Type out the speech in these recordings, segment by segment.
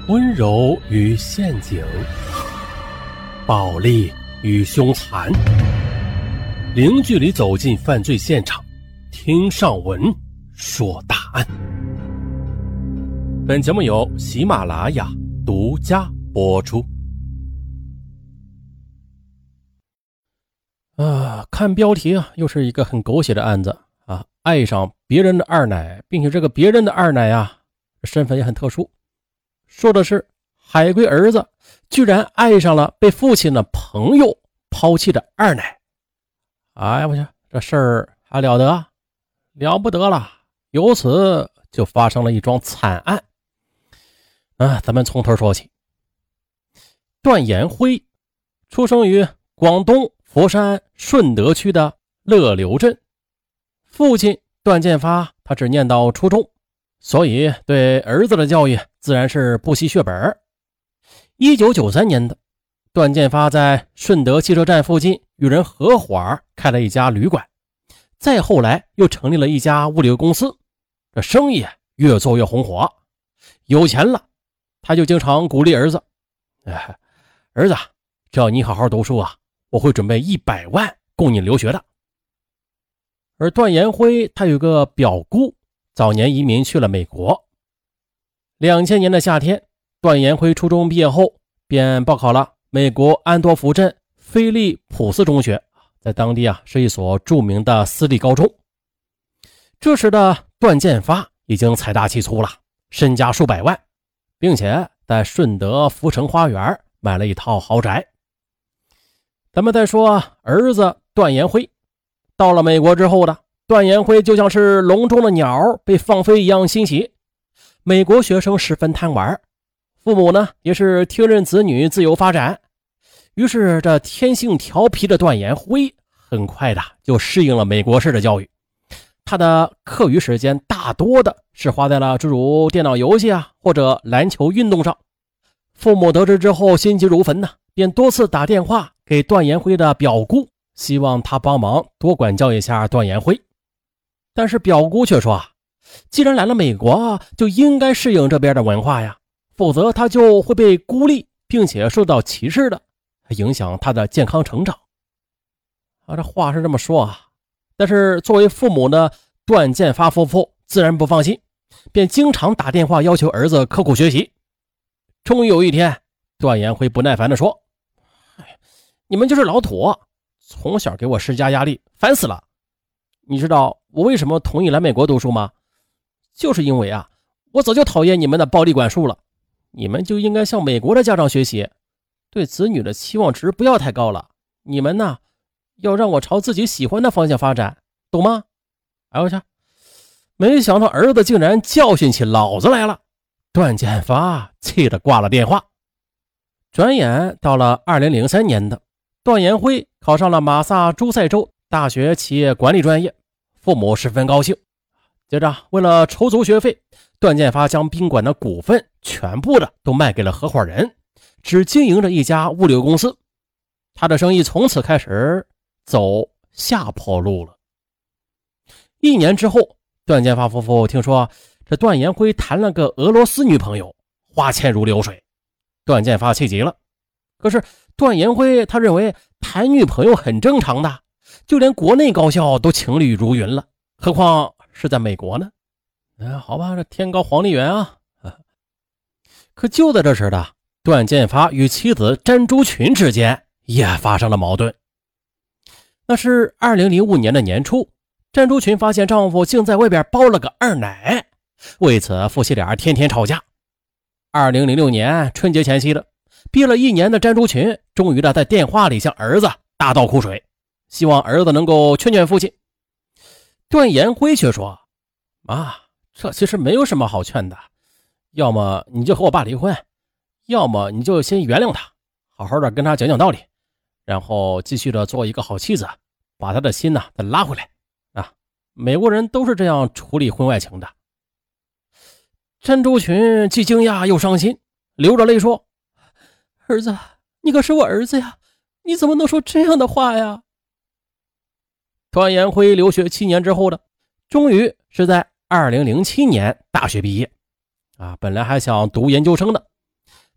温柔与陷阱，暴力与凶残，零距离走进犯罪现场，听上文说大案。本节目由喜马拉雅独家播出。看标题又是一个很狗血的案子爱上别人的二奶，并且这个别人的二奶身份也很特殊。说的是海归儿子居然爱上了被父亲的朋友抛弃的二奶。我去，这事儿还了得？了不得了！由此就发生了一桩惨案。咱们从头说起。段延辉出生于广东佛山顺德区的乐流镇，父亲段建发他只念到初中，所以对儿子的教育自然是不惜血本。1993年的段建发在顺德汽车站附近与人合伙开了一家旅馆，再后来又成立了一家物流公司，这生意越做越红火。有钱了，他就经常鼓励儿子，儿子，只要你好好读书我会准备100万供你留学的。而段延辉他有个表姑，早年移民去了美国。2000年的夏天，段延辉初中毕业后便报考了美国安多福镇菲利普斯中学，在当地是一所著名的私立高中。这时的段建发已经财大气粗了，身家数百万，并且在顺德福城花园买了一套豪宅。咱们再说儿子段延辉，到了美国之后的段延辉就像是笼中的鸟被放飞一样欣喜。美国学生十分贪玩，父母呢也是听任子女自由发展，于是这天性调皮的段延辉很快的就适应了美国式的教育。他的课余时间大多的是花在了诸如电脑游戏或者篮球运动上。父母得知之后心急如焚便多次打电话给段延辉的表姑，希望他帮忙多管教一下段延辉。但是表姑却说既然来了美国就应该适应这边的文化否则他就会被孤立并且受到歧视的，影响他的健康成长。这话是这么说但是作为父母的段建发夫妇自然不放心，便经常打电话要求儿子刻苦学习。终于有一天，段延辉不耐烦地说，你们就是老土，从小给我施加压力，烦死了。你知道我为什么同意来美国读书吗？就是因为我早就讨厌你们的暴力管束了。你们就应该向美国的家长学习，对子女的期望值不要太高了。你们要让我朝自己喜欢的方向发展，懂吗？我去，没想到儿子竟然教训起老子来了。段建发气得挂了电话。转眼到了2003年的段延辉考上了马萨诸塞州大学企业管理专业，父母十分高兴。接着为了筹足学费，段建发将宾馆的股份全部都卖给了合伙人，只经营着一家物流公司。他的生意从此开始走下坡路了。1年之后，段建发夫妇听说这段延辉谈了个俄罗斯女朋友，花钱如流水。段建发气急了，可是段延辉他认为谈女朋友很正常的，就连国内高校都情侣如云了，何况是在美国呢？好吧，这天高皇帝远可就在这时的段建发与妻子詹珠群之间也发生了矛盾。那是2005年的年初，詹珠群发现丈夫竟在外边包了个二奶，为此夫妻俩天天吵架。2006年春节前夕的，憋了1年的詹珠群终于在电话里向儿子大倒苦水，希望儿子能够劝劝父亲。段延辉却说，这其实没有什么好劝的，要么你就和我爸离婚，要么你就先原谅他，好好的跟他讲讲道理，然后继续的做一个好妻子，把他的心再拉回来美国人都是这样处理婚外情的。詹珠群既惊讶又伤心，流着泪说，儿子，你可是我儿子呀，你怎么能说这样的话呀？段延辉留学7年之后的，终于是在2007年大学毕业本来还想读研究生的，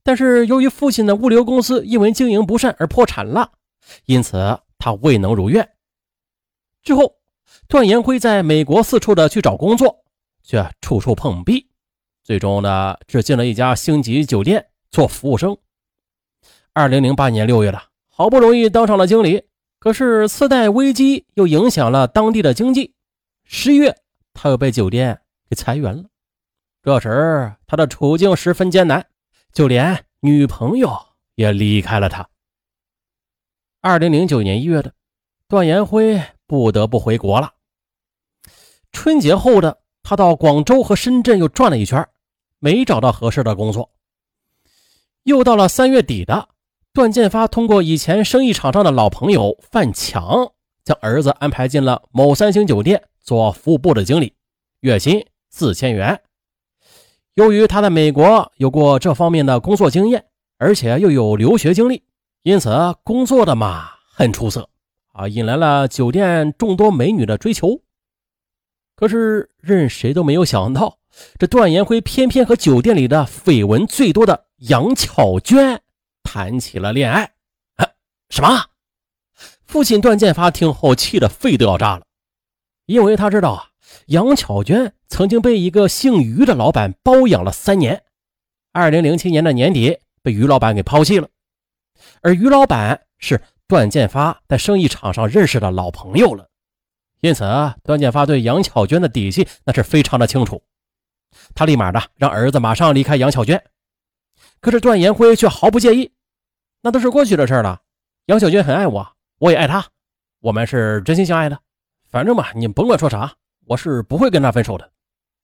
但是由于父亲的物流公司因为经营不善而破产了，因此他未能如愿。之后段延辉在美国四处的去找工作，却处处碰壁，最终呢只进了一家星级酒店做服务生。2008年6月了，好不容易当上了经理，可是次贷危机又影响了当地的经济。11月他又被酒店给裁员了。这时他的处境十分艰难，就连女朋友也离开了他。2009年1月的，段延辉不得不回国了。春节后的他到广州和深圳又转了一圈，没找到合适的工作。又到了3月底的，段建发通过以前生意场上的老朋友范强，将儿子安排进了某3星酒店做服务部的经理，月薪4000元。由于他在美国有过这方面的工作经验，而且又有留学经历，因此工作的嘛很出色引来了酒店众多美女的追求。可是任谁都没有想到，这段延辉偏偏和酒店里的绯闻最多的杨巧娟谈起了恋爱。什么？父亲段建发听后气得肺都要炸了，因为他知道杨巧娟曾经被一个姓于的老板包养了3年，2007年的年底被于老板给抛弃了，而于老板是段建发在生意场上认识的老朋友了。因此段建发对杨巧娟的底细那是非常的清楚，他立马的让儿子马上离开杨巧娟。可是段延辉却毫不介意，那都是过去的事了，杨巧娟很爱我，我也爱她，我们是真心相爱的，反正吧，你甭管说啥，我是不会跟他分手的。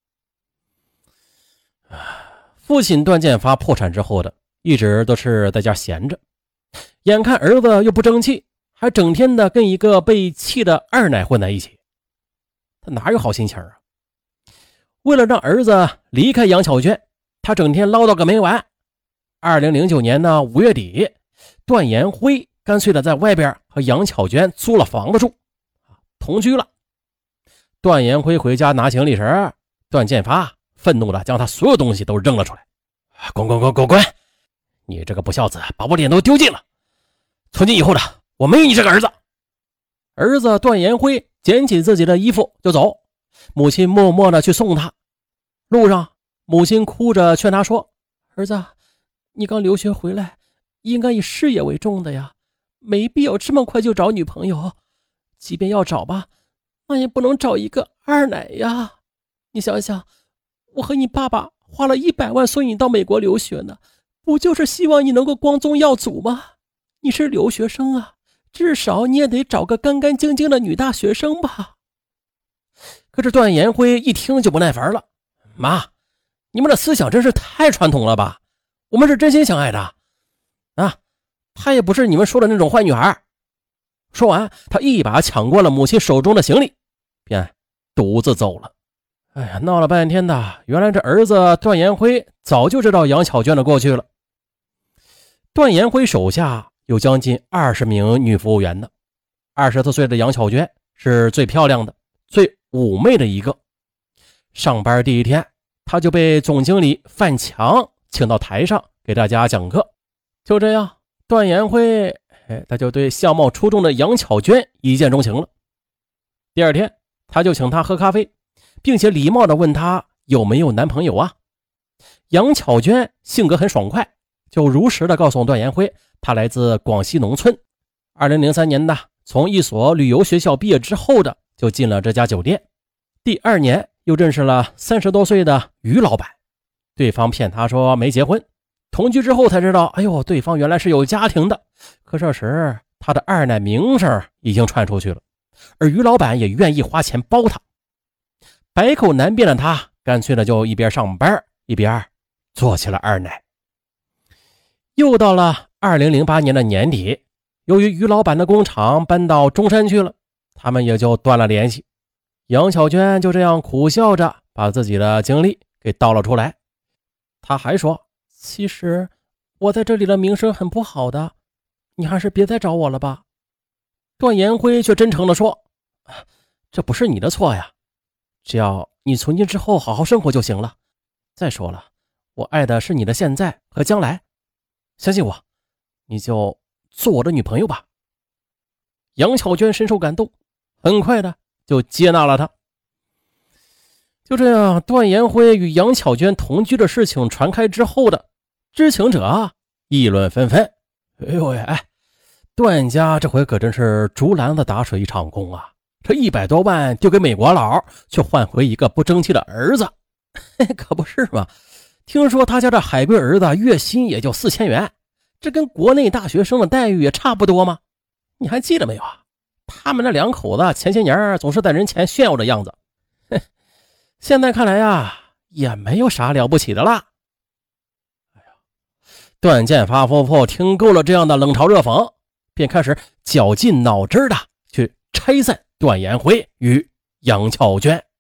父亲段建发破产之后的一直都是在家闲着，眼看儿子又不争气，还整天的跟一个被气的二奶混在一起，他哪有好心情啊？为了让儿子离开杨巧娟，他整天唠叨个没完。2009年的5月底，段延辉干脆的在外边和杨巧娟租了房子住，同居了。段延辉回家拿行李时，段建发愤怒的将他所有东西都扔了出来。滚滚滚滚滚！你这个不孝子，把我脸都丢尽了！从今以后的我没有你这个儿子。儿子段延辉捡起自己的衣服就走，母亲默默的去送他。路上母亲哭着劝他说，儿子，你刚留学回来，应该以事业为重的呀，没必要这么快就找女朋友，即便要找吧，那也不能找一个二奶呀。你想想，我和你爸爸花了100万送你到美国留学呢，不就是希望你能够光宗耀祖吗？你是留学生啊，至少你也得找个干干净净的女大学生吧。可是段延辉一听就不耐烦了，妈，你们的思想真是太传统了吧，我们是真心相爱的啊，她也不是你们说的那种坏女孩。说完他一把抢过了母亲手中的行李，便独自走了。哎呀，闹了半天的，原来这儿子段延辉早就知道杨巧娟的过去了。段延辉手下有将近20名女服务员的，24岁的杨巧娟是最漂亮的最妩媚的一个。上班第一天，他就被总经理范强请到台上给大家讲课。就这样，段延辉他就对相貌出众的杨巧娟一见钟情了。第二天他就请她喝咖啡，并且礼貌地问她有没有男朋友啊。杨巧娟性格很爽快，就如实地告诉段延辉她来自广西农村，2003年的从一所旅游学校毕业之后的就进了这家酒店。第2年又认识了30多岁的于老板，对方骗他说没结婚，同居之后才知道，哎呦，对方原来是有家庭的。可这时他的二奶名声已经传出去了，而于老板也愿意花钱包他。百口难辩的他干脆的就一边上班一边做起了二奶。又到了2008年的年底，由于于老板的工厂搬到中山去了，他们也就断了联系。杨巧娟就这样苦笑着把自己的经历给道了出来。他还说，其实我在这里的名声很不好的，你还是别再找我了吧。段延辉却真诚地说，这不是你的错呀，只要你从今之后好好生活就行了。再说了，我爱的是你的现在和将来， 相信我，你就做我的女朋友吧。杨巧娟深受感动，很快的就接纳了他。就这样，段延辉与杨巧娟同居的事情传开之后的知情者啊，议论纷纷。哎呦喂，段家这回可真是竹篮子打水一场空啊！这100多万丢给美国佬，却换回一个不争气的儿子，可不是嘛？听说他家这海归儿子月薪也就4000元，这跟国内大学生的待遇也差不多吗？你还记得没有啊？他们那两口子前些年总是在人前炫耀的样子，现在看来呀，也没有啥了不起的啦。段建发夫妇听够了这样的冷嘲热讽，便开始绞尽脑汁的去拆散段延辉与杨巧娟。